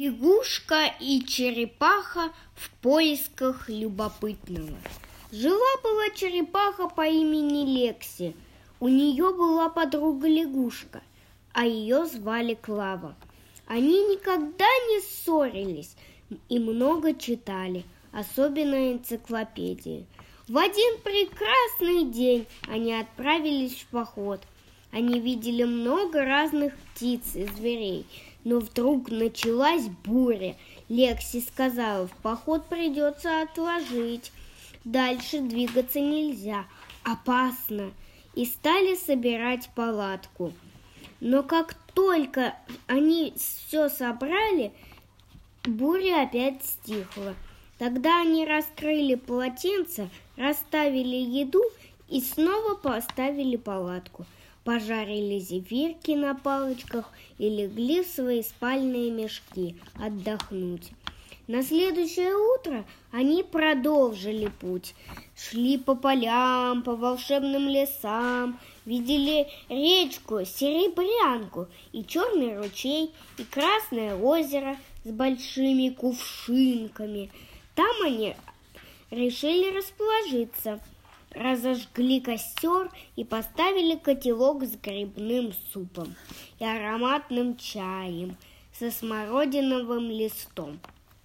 Лягушка и черепаха в поисках любопытного. Жила-была черепаха по имени Лекси. У нее была подруга-лягушка, а ее звали Клава. Они никогда не ссорились и много читали, особенно энциклопедии. В один прекрасный день они отправились в поход. Они видели много разных птиц и зверей, но вдруг началась буря. Лекси сказала, в поход придется отложить, дальше двигаться нельзя, опасно. И стали собирать палатку. Но как только они все собрали, буря опять стихла. Тогда они раскрыли полотенца, расставили еду и снова поставили палатку. Пожарили зефирки на палочках и легли в свои спальные мешки отдохнуть. На следующее утро они продолжили путь. Шли по полям, по волшебным лесам, видели речку Серебрянку и черный ручей, и красное озеро с большими кувшинками. Там они решили расположиться. Разожгли костер и поставили котелок с грибным супом и ароматным чаем со смородиновым листом.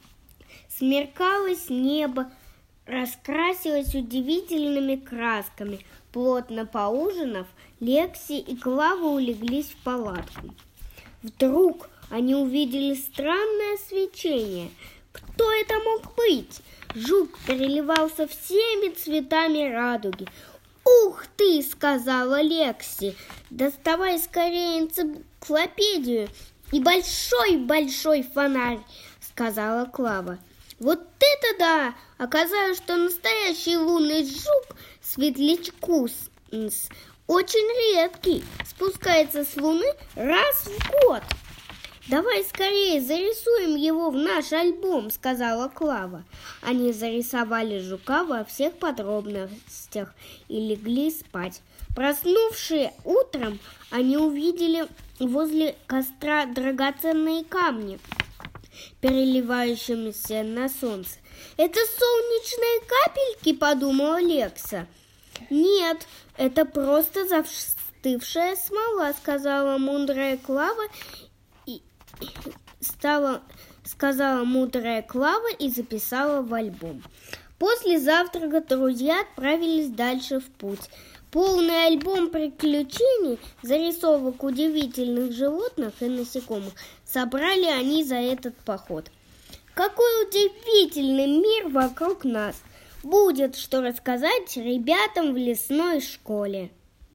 Смеркалось небо, раскрасилось удивительными красками. Плотно поужинав, Лекси и Клава улеглись в палатку. Вдруг они увидели странное свечение. Кто это мог быть? Жук переливался всеми цветами радуги. «Ух ты!» — сказала Лекси. «Доставай скорее энциклопедию и большой-большой фонарь!» — сказала Клава. «Вот это да! Оказалось, что настоящий лунный жук Светлячкус очень редкий, спускается с Луны раз в год. «Давай скорее зарисуем его в наш альбом», — сказала Клава. Они зарисовали жука во всех подробностях и легли спать. Проснувшись утром, они увидели возле костра драгоценные камни, переливающиеся на солнце. «Это солнечные капельки», — подумала Лекса. «Нет, это просто застывшая смола», — сказала мудрая Клава и записала в альбом. После завтрака друзья отправились дальше в путь. Полный альбом приключений, зарисовок удивительных животных и насекомых собрали они за этот поход. Какой удивительный мир вокруг нас! Будет что рассказать ребятам в лесной школе.